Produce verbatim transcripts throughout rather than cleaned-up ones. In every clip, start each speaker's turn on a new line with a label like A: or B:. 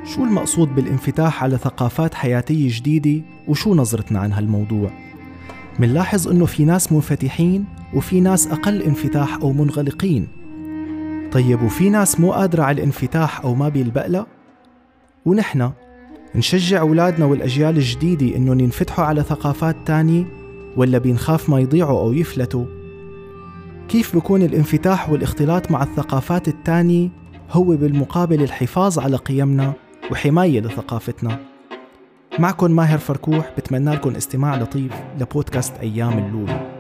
A: شو المقصود بالانفتاح على ثقافات حياتية جديدة وشو نظرتنا عن هالموضوع؟ منلاحظ إنه في ناس منفتحين وفي ناس أقل انفتاح أو منغلقين. طيب وفي ناس مو قادرة على الانفتاح أو ما بيلبقلها؟ ونحن نشجع أولادنا والأجيال الجديدة إنهم ينفتحوا على ثقافات تانية ولا بينخاف ما يضيعوا أو يفلتوا؟ كيف بيكون الانفتاح والاختلاط مع الثقافات التانية هو بالمقابل الحفاظ على قيمنا وحماية لثقافتنا؟ معكم ماهر فركوح، بتمنى لكم استماع لطيف لبودكاست أيام اللولو.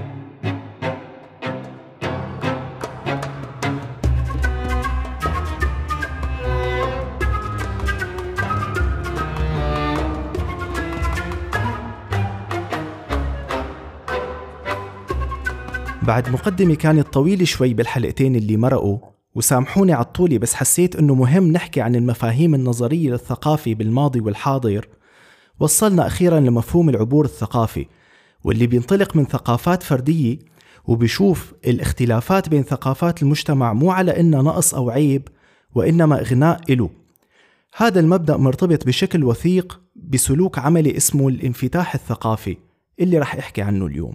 A: بعد مقدمة كانت طويلة شوي بالحلقتين اللي مرقوا، وسامحوني على الطولة بس حسيت أنه مهم نحكي عن المفاهيم النظرية للثقافة بالماضي والحاضر. وصلنا أخيراً لمفهوم العبور الثقافي، واللي بينطلق من ثقافات فردية وبيشوف الاختلافات بين ثقافات المجتمع مو على إنه نقص أو عيب، وإنما إغناء إله. هذا المبدأ مرتبط بشكل وثيق بسلوك عملي اسمه الانفتاح الثقافي اللي رح أحكي عنه اليوم.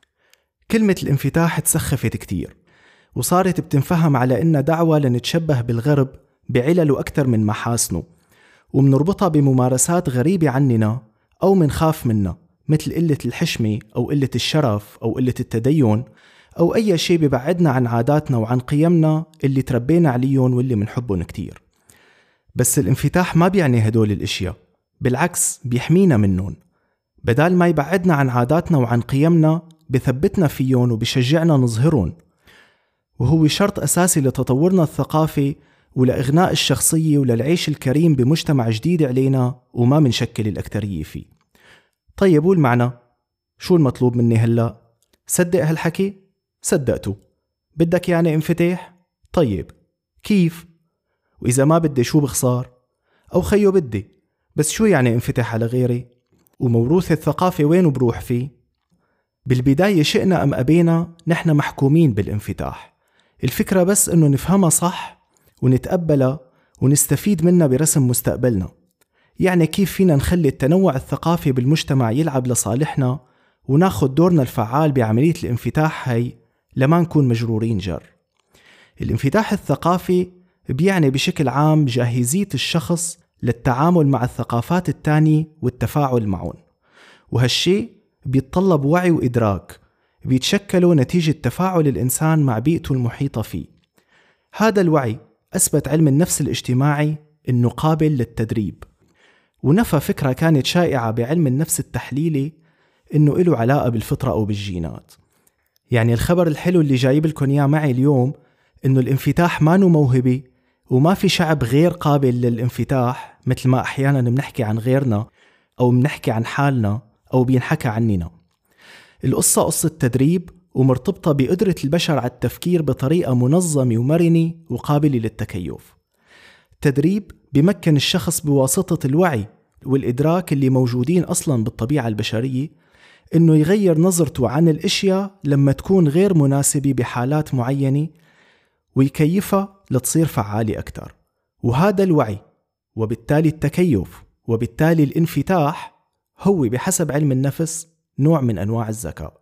A: كلمة الانفتاح تسخفت كتير وصارت بتنفهم على إنها دعوة لنتشبه بالغرب بعلله أكثر من محاسنه، ومنربطها بممارسات غريبة عننا أو منخاف منها، مثل قلة الحشمة أو قلة الشرف أو قلة التدين أو أي شيء ببعدنا عن عاداتنا وعن قيمنا اللي تربينا عليهم واللي منحبهم كتير. بس الانفتاح ما بيعني هدول الاشياء، بالعكس بيحمينا منهم. بدال ما يبعدنا عن عاداتنا وعن قيمنا بثبتنا فيهم وبيشجعنا نظهرهم، وهو شرط أساسي لتطورنا الثقافي ولإغناء الشخصية وللعيش الكريم بمجتمع جديد علينا وما منشكل الأكترية فيه. طيب والمعنى؟ شو المطلوب مني هلأ؟ صدق هالحكي؟ صدقته. بدك يعني انفتاح؟ طيب كيف؟ وإذا ما بدي شو بخسار؟ أو خيو بدي، بس شو يعني انفتاح على غيري؟ وموروث الثقافة وين بروح فيه؟ بالبداية شئنا أم أبينا نحن محكومين بالانفتاح. الفكرة بس إنه نفهمها صح ونتقبلها ونستفيد منها برسم مستقبلنا. يعني كيف فينا نخلي التنوع الثقافي بالمجتمع يلعب لصالحنا وناخد دورنا الفعال بعملية الانفتاح هاي لما نكون مجرورين جر. الانفتاح الثقافي بيعني بشكل عام جاهزية الشخص للتعامل مع الثقافات التانية والتفاعل معهم، وهالشي بيتطلب وعي وإدراك بيتشكلوا نتيجة تفاعل الإنسان مع بيئته المحيطة فيه. هذا الوعي أثبت علم النفس الاجتماعي إنه قابل للتدريب، ونفى فكرة كانت شائعة بعلم النفس التحليلي إنه إله علاقة بالفطرة أو بالجينات. يعني الخبر الحلو اللي جايب لكم إياه معي اليوم إنه الانفتاح ما نو موهبة، وما في شعب غير قابل للانفتاح مثل ما أحيانا بنحكي عن غيرنا أو بنحكي عن حالنا أو بينحكى عننا. القصة قصة تدريب ومرتبطة بقدرة البشر على التفكير بطريقة منظمة ومرنة وقابلة للتكيف. التدريب بيمكن الشخص بواسطة الوعي والإدراك اللي موجودين أصلاً بالطبيعة البشرية إنه يغير نظرته عن الأشياء لما تكون غير مناسبة بحالات معينة ويكيفها لتصير فعالة أكتر. وهذا الوعي وبالتالي التكيف وبالتالي الانفتاح هو بحسب علم النفس نوع من أنواع الذكاء.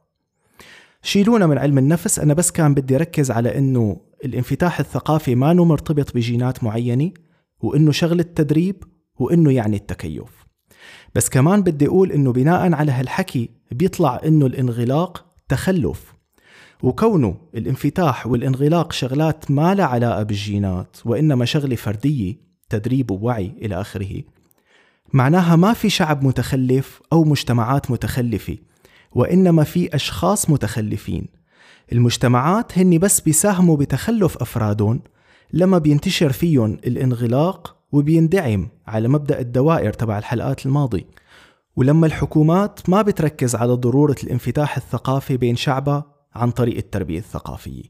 A: شيلونا من علم النفس، أنا بس كان بدي ركز على إنه الانفتاح الثقافي ما نو مرتبط بجينات معينة، وإنه شغل التدريب، وإنه يعني التكيف. بس كمان بدي أقول إنه بناء على هالحكي بيطلع إنه الانغلاق تخلف، وكونه الانفتاح والانغلاق شغلات ما لا علاقة بالجينات وإنما شغلة فردية، تدريب ووعي إلى آخره، معناها ما في شعب متخلف أو مجتمعات متخلفة، وإنما في أشخاص متخلفين. المجتمعات هني بس بيساهموا بتخلف أفرادهم لما بينتشر فيهم الانغلاق وبيندعم على مبدأ الدوائر تبع الحلقات الماضية، ولما الحكومات ما بتركز على ضرورة الانفتاح الثقافي بين شعبها عن طريق التربية الثقافية.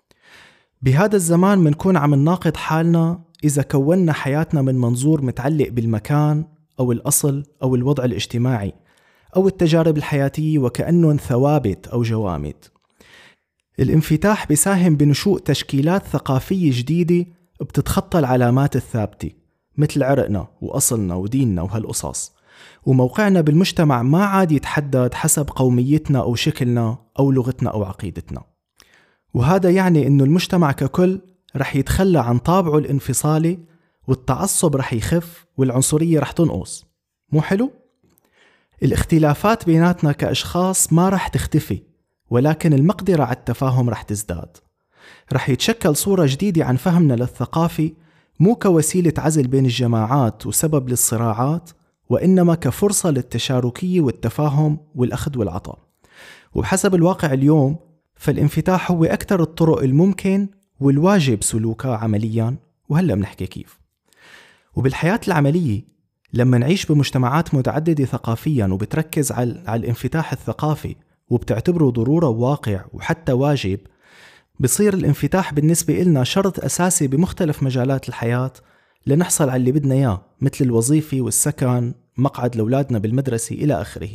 A: بهذا الزمان منكون عم نناقض حالنا إذا كوننا حياتنا من منظور متعلق بالمكان أو الأصل أو الوضع الاجتماعي أو التجارب الحياتية وكأنهم ثوابت أو جوامد. الانفتاح بيساهم بنشوء تشكيلات ثقافية جديدة بتتخطى العلامات الثابتة، مثل عرقنا وأصلنا وديننا وهالقصص، وموقعنا بالمجتمع ما عاد يتحدد حسب قوميتنا أو شكلنا أو لغتنا أو عقيدتنا. وهذا يعني إنه المجتمع ككل رح يتخلى عن طابعه الانفصالي، والتعصب رح يخف والعنصرية رح تنقص. مو حلو؟ الاختلافات بيناتنا كأشخاص ما رح تختفي، ولكن المقدرة على التفاهم رح تزداد. رح يتشكل صورة جديدة عن فهمنا للثقافة، مو كوسيلة عزل بين الجماعات وسبب للصراعات، وإنما كفرصة للتشاركية والتفاهم والأخذ والعطاء. وبحسب الواقع اليوم فالانفتاح هو أكثر الطرق الممكن والواجب سلوكها عملياً، وهلأ بنحكي كيف. وبالحياة العملية لما نعيش بمجتمعات متعددة ثقافياً وبتركز على الانفتاح الثقافي وبتعتبره ضرورة وواقع وحتى واجب، بصير الانفتاح بالنسبة إلنا شرط أساسي بمختلف مجالات الحياة لنحصل على اللي بدنا إياه، مثل الوظيفة والسكن، مقعد لأولادنا بالمدرسة إلى آخره.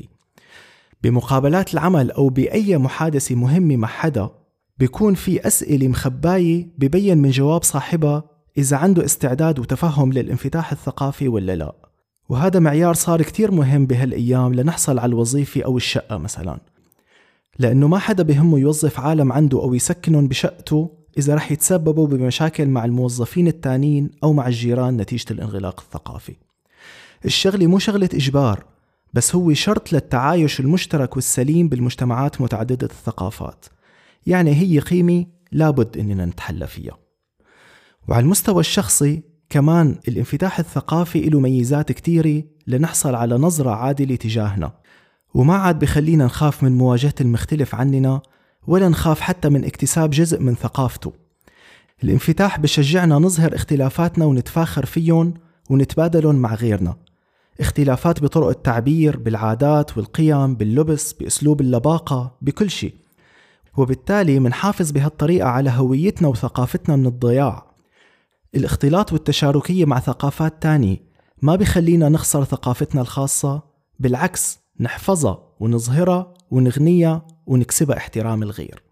A: بمقابلات العمل أو بأي محادثة مهمة مع حدا بيكون في أسئلة مخباية ببين من جواب صاحبها إذا عنده استعداد وتفهم للانفتاح الثقافي ولا لا. وهذا معيار صار كتير مهم بهالأيام لنحصل على الوظيفة أو الشقة مثلا، لأنه ما حدا بهمه يوظف عالم عنده أو يسكنهم بشقته إذا رح يتسببوا بمشاكل مع الموظفين التانين أو مع الجيران نتيجة الانغلاق الثقافي. الشغل مو شغلة إجبار، بس هو شرط للتعايش المشترك والسليم بالمجتمعات متعددة الثقافات، يعني هي قيمة لابد إننا نتحلى فيها. وعلى المستوى الشخصي كمان الانفتاح الثقافي له ميزات كتيرة لنحصل على نظرة عادلة تجاهنا، وما عاد بخلينا نخاف من مواجهة المختلف عننا ولا نخاف حتى من اكتساب جزء من ثقافته. الانفتاح بشجعنا نظهر اختلافاتنا ونتفاخر فيهم ونتبادلهم مع غيرنا، اختلافات بطرق التعبير، بالعادات والقيم، باللبس، بأسلوب اللباقة، بكل شيء. وبالتالي منحافظ بهالطريقة على هويتنا وثقافتنا من الضياع. الاختلاط والتشاركية مع ثقافات تانية ما بيخلينا نخسر ثقافتنا الخاصة، بالعكس نحفظها ونظهرها ونغنيها ونكسبها احترام الغير.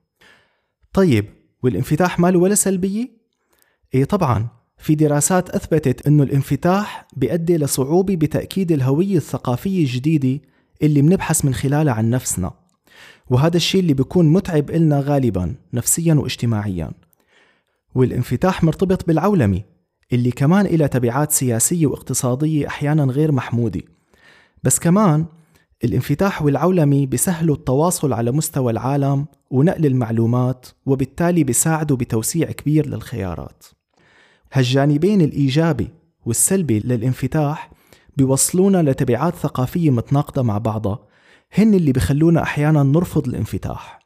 A: طيب والانفتاح ماله ولا سلبية؟ ايه طبعا، في دراسات أثبتت أنه الانفتاح بيؤدي لصعوبة بتأكيد الهوية الثقافية الجديدة اللي منبحث من خلالها عن نفسنا، وهذا الشيء اللي بيكون متعب إلنا غالبا نفسيا واجتماعيا. والانفتاح مرتبط بالعولمة اللي كمان إلى تبعات سياسية واقتصادية أحيانا غير محمودة، بس كمان الانفتاح والعولمة بيسهلوا التواصل على مستوى العالم ونقل المعلومات، وبالتالي بيساعدوا بتوسيع كبير للخيارات. هالجانبين الإيجابي والسلبي للانفتاح بيوصلونا لتبعات ثقافية متناقضة مع بعضها، هن اللي بيخلونا أحيانا نرفض الانفتاح.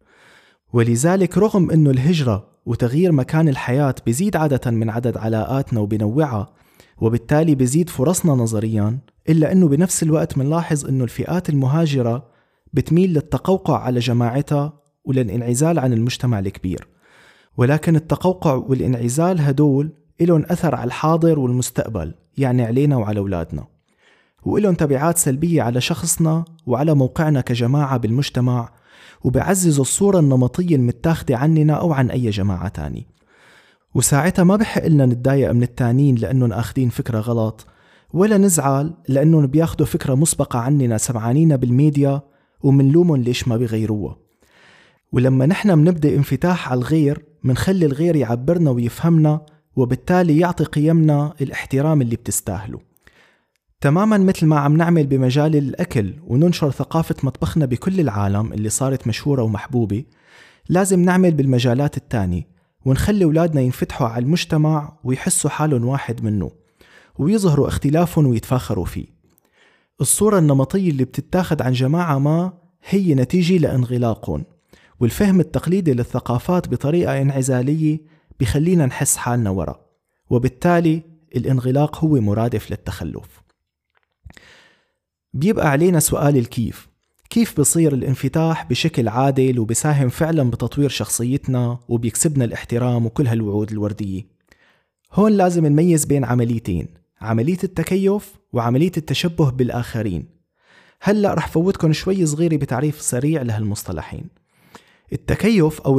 A: ولذلك رغم أنه الهجرة وتغيير مكان الحياة بيزيد عادة من عدد علاقاتنا وبنوعها، وبالتالي بيزيد فرصنا نظريا، إلا أنه بنفس الوقت منلاحظ أنه الفئات المهاجرة بتميل للتقوقع على جماعتها وللانعزال عن المجتمع الكبير. ولكن التقوقع والانعزال هدول إلهم أثر على الحاضر والمستقبل، يعني علينا وعلى أولادنا، وإلهم تبعات سلبية على شخصنا وعلى موقعنا كجماعة بالمجتمع، وبعززوا الصورة النمطية المتاخدة عننا أو عن أي جماعة تاني. وساعتها ما بحق لنا نتضايق من التانين لأنهم أخذين فكرة غلط، ولا نزعل لأنهم بياخدوا فكرة مسبقة عننا سمعانين بالميديا ومنلومهم ليش ما بيغيروها. ولما نحن منبدأ انفتاح على الغير منخلي الغير يعبرنا ويفهمنا، وبالتالي يعطي قيمنا الاحترام اللي بتستاهله. تماما مثل ما عم نعمل بمجال الأكل وننشر ثقافة مطبخنا بكل العالم اللي صارت مشهورة ومحبوبة، لازم نعمل بالمجالات التانية ونخلي أولادنا ينفتحوا على المجتمع ويحسوا حالهم واحد منه ويظهروا اختلافهم ويتفاخروا فيه. الصورة النمطية اللي بتتاخد عن جماعة ما هي نتيجة لانغلاقهم، والفهم التقليدي للثقافات بطريقة انعزالية بيخلينا نحس حالنا ورا، وبالتالي الانغلاق هو مرادف للتخلف. بيبقى علينا سؤال الكيف، كيف بصير الانفتاح بشكل عادل وبيساهم فعلا بتطوير شخصيتنا وبيكسبنا الاحترام وكل هالوعود الوردية؟ هون لازم نميز بين عمليتين، عملية التكيف وعملية التشبه بالآخرين. هلأ رح فوتكم شوي صغيرة بتعريف سريع لهالمصطلحين. التكيف أو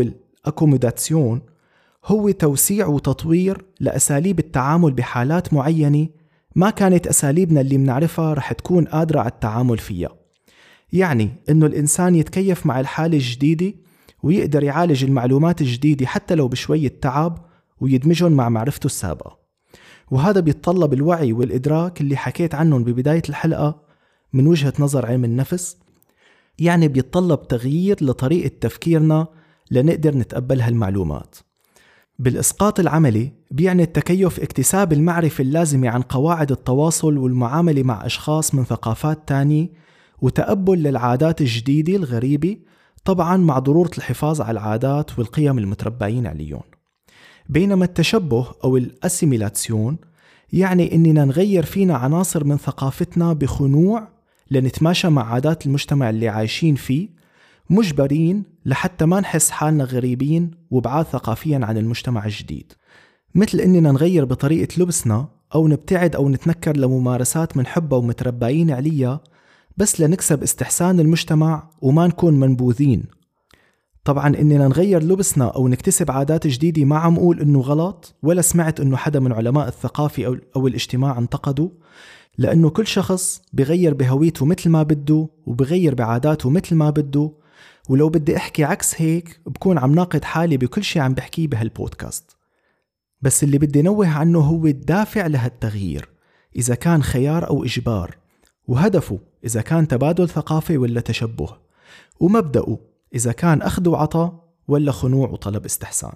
A: الأكوموداسيون هو توسيع وتطوير لأساليب التعامل بحالات معينة ما كانت أساليبنا اللي منعرفها رح تكون قادرة على التعامل فيها. يعني إنه الإنسان يتكيف مع الحالة الجديدة ويقدر يعالج المعلومات الجديدة حتى لو بشوية تعب ويدمجهم مع معرفته السابقة. وهذا بيتطلب الوعي والإدراك اللي حكيت عنهم ببداية الحلقة من وجهة نظر علم النفس. يعني بيتطلب تغيير لطريقة تفكيرنا لنقدر نتقبل هالمعلومات. بالإسقاط العملي بيعني التكيف اكتساب المعرفة اللازمة عن قواعد التواصل والمعاملة مع أشخاص من ثقافات تانية وتقبل للعادات الجديدة الغريبة، طبعا مع ضرورة الحفاظ على العادات والقيم المتربعين عليهم. بينما التشبه أو الأسيميلاتسيون يعني إننا نغير فينا عناصر من ثقافتنا بخنوع لنتماشى مع عادات المجتمع اللي عايشين فيه، مجبرين لحتى ما نحس حالنا غريبين وبعاد ثقافيا عن المجتمع الجديد. مثل إننا نغير بطريقة لبسنا أو نبتعد أو نتنكر لممارسات منحبة ومتربعين عليها بس لنكسب استحسان المجتمع وما نكون منبوذين. طبعا إننا نغير لبسنا أو نكتسب عادات جديدة ما عم أقول إنه غلط، ولا سمعت إنه حدا من علماء الثقافة أو, أو الاجتماع انتقدوا، لأنه كل شخص بغير بهويته مثل ما بده وبغير بعاداته مثل ما بده. ولو بدي أحكي عكس هيك بكون عم ناقد حالي بكل شيء عم بحكيه بهالبودكاست. بس اللي بدي نوه عنه هو الدافع لهالتغيير، إذا كان خيار أو إجبار، وهدفه إذا كان تبادل ثقافي ولا تشبه، ومبدأه إذا كان أخذ وعطاء ولا خنوع وطلب استحسان.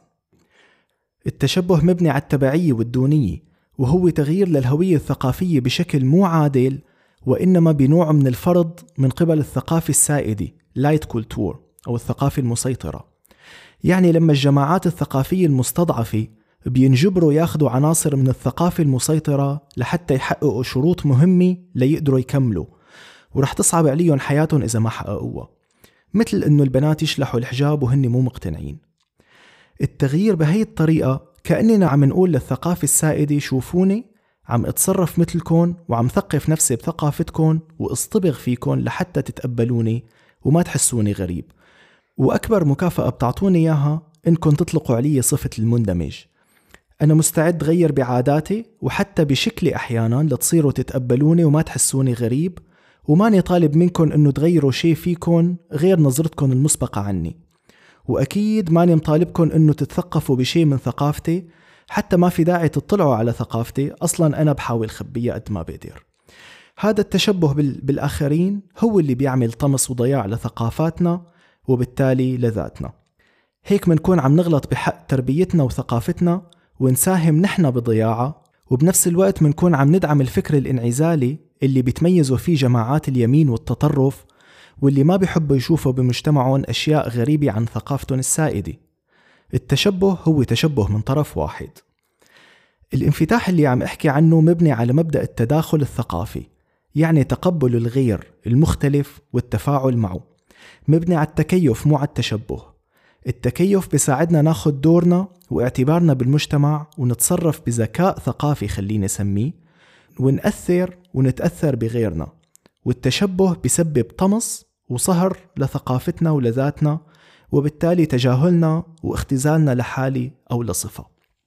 A: التشبه مبني على التبعية والدونية، وهو تغيير للهوية الثقافية بشكل مو عادل وإنما بنوع من الفرض من قبل الثقافة السائدة لايت كولتور أو الثقافة المسيطرة. يعني لما الجماعات الثقافية المستضعفة بينجبروا ياخدوا عناصر من الثقافة المسيطرة لحتى يحققوا شروط مهمة ليقدروا يكملوا، ورح تصعب عليهم حياتهم إذا ما حققوها، مثل إنه البنات يشلحوا الحجاب وهن مو مقتنعين. التغيير بهي الطريقة كأننا عم نقول للثقافة السائدة شوفوني عم اتصرف مثلكم وعم ثقف نفسي بثقافتكم واصطبغ فيكم لحتى تتقبلوني وما تحسوني غريب، وأكبر مكافأة بتعطوني إياها إنكم تطلقوا علي صفة المندمج. أنا مستعد غير بعاداتي وحتى بشكلي أحيانا لتصيروا تتقبلوني وما تحسوني غريب، وماني طالب منكم إنه تغيروا شيء فيكم غير نظرتكم المسبقة عني، وأكيد ماني مطالبكم إنه تتثقفوا بشيء من ثقافتي، حتى ما في داعي تطلعوا على ثقافتي، أصلا أنا بحاول خبيها قد ما بقدر. هذا التشبه بالآخرين هو اللي بيعمل طمس وضياع لثقافاتنا وبالتالي لذاتنا. هيك منكون عم نغلط بحق تربيتنا وثقافتنا ونساهم نحن بضياعها، وبنفس الوقت منكون عم ندعم الفكر الانعزالي اللي بيتميزوا فيه جماعات اليمين والتطرف، واللي ما بيحبوا يشوفوا بمجتمعهم أشياء غريبة عن ثقافتهم السائدة. التشبه هو تشبه من طرف واحد. الانفتاح اللي عم احكي عنه مبني على مبدأ التداخل الثقافي، يعني تقبل الغير المختلف والتفاعل معه، مبني على التكيف مو على التشبه. التكيف بيساعدنا ناخد دورنا واعتبارنا بالمجتمع ونتصرف بذكاء ثقافي خلينا نسميه، ونأثر ونتأثر بغيرنا. والتشبه بيسبب طمس وصهر لثقافتنا ولذاتنا، وبالتالي تجاهلنا واختزالنا لحالي أو لصفة.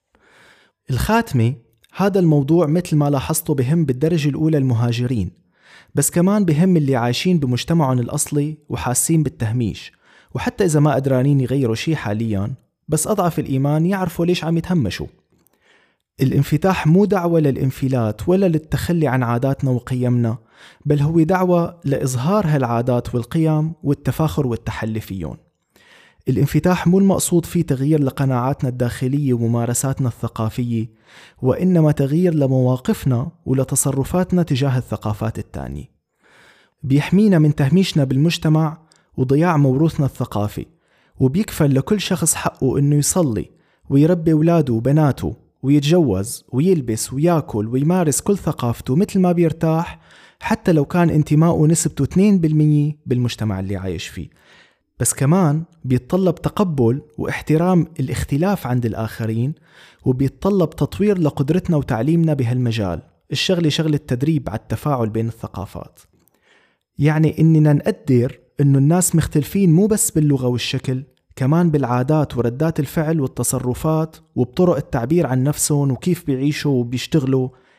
A: الخاتمة، هذا الموضوع مثل ما لاحظته بهم بالدرجة الأولى المهاجرين، بس كمان بهم اللي عايشين بمجتمعهم الأصلي وحاسين بالتهميش، وحتى إذا ما قدرانين يغيروا شيء حاليا بس أضعف الإيمان يعرفوا ليش عم يتهمشوا. الانفتاح مو دعوة للانفلات ولا للتخلي عن عاداتنا وقيمنا، بل هو دعوة لإظهار هالعادات والقيم والتفاخر والتحلي فيهم. الانفتاح مو المقصود فيه تغيير لقناعاتنا الداخلية وممارساتنا الثقافية، وإنما تغيير لمواقفنا ولتصرفاتنا تجاه الثقافات التانية. بيحمينا من تهميشنا بالمجتمع وضياع موروثنا الثقافي، وبيكفل لكل شخص حقه إنه يصلي ويربي أولاده وبناته ويتجوز ويلبس وياكل ويمارس كل ثقافته مثل ما بيرتاح، حتى لو كان انتماؤه نسبته اثنين بالمية بالمجتمع اللي عايش فيه. بس كمان بيتطلب تقبل واحترام الاختلاف عند الآخرين، وبيتطلب تطوير لقدرتنا وتعليمنا بهالمجال. الشغل شغل التدريب على التفاعل بين الثقافات، يعني إننا نقدر إنه الناس مختلفين مو بس باللغة والشكل، كمان بالعادات وردات الفعل والتصرفات وبطرق التعبير عن نفسهم وكيف بيعيشوا وبيشتغلوا،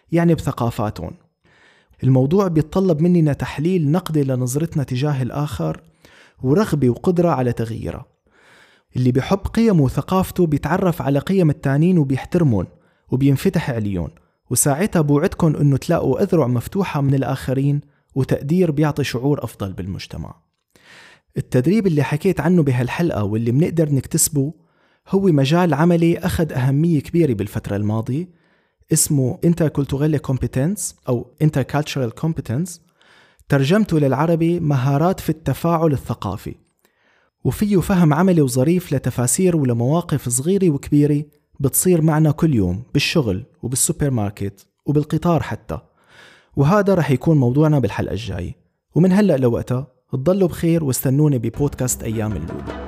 A: يعني بثقافاتهم. الموضوع بيتطلب مننا تحليل نقدي لنظرتنا تجاه الآخر ورغبة وقدرة على تغييرها. اللي بيحب قيمه وثقافته بيتعرف على قيم التانين وبيحترمون وبينفتح عليهم، وساعتها بوعدكم أنه تلاقوا أذرع مفتوحة من الآخرين وتقدير بيعطي شعور أفضل بالمجتمع. التدريب اللي حكيت عنه بهالحلقة واللي منقدر نكتسبه هو مجال عملي أخذ أهمية كبيرة بالفترة الماضية، اسمه Interculturelle Competence أو Intercultural Competence، ترجمته للعربي مهارات في التفاعل الثقافي، وفيه فهم عملي وظريف لتفاسير ولمواقف صغيرة وكبيرة بتصير معنا كل يوم بالشغل وبالسوبر ماركت وبالقطار حتى. وهذا رح يكون موضوعنا بالحلقة الجاية، ومن هلأ لوقتها تضلوا بخير واستنوني ببودكاست أيام الأولى.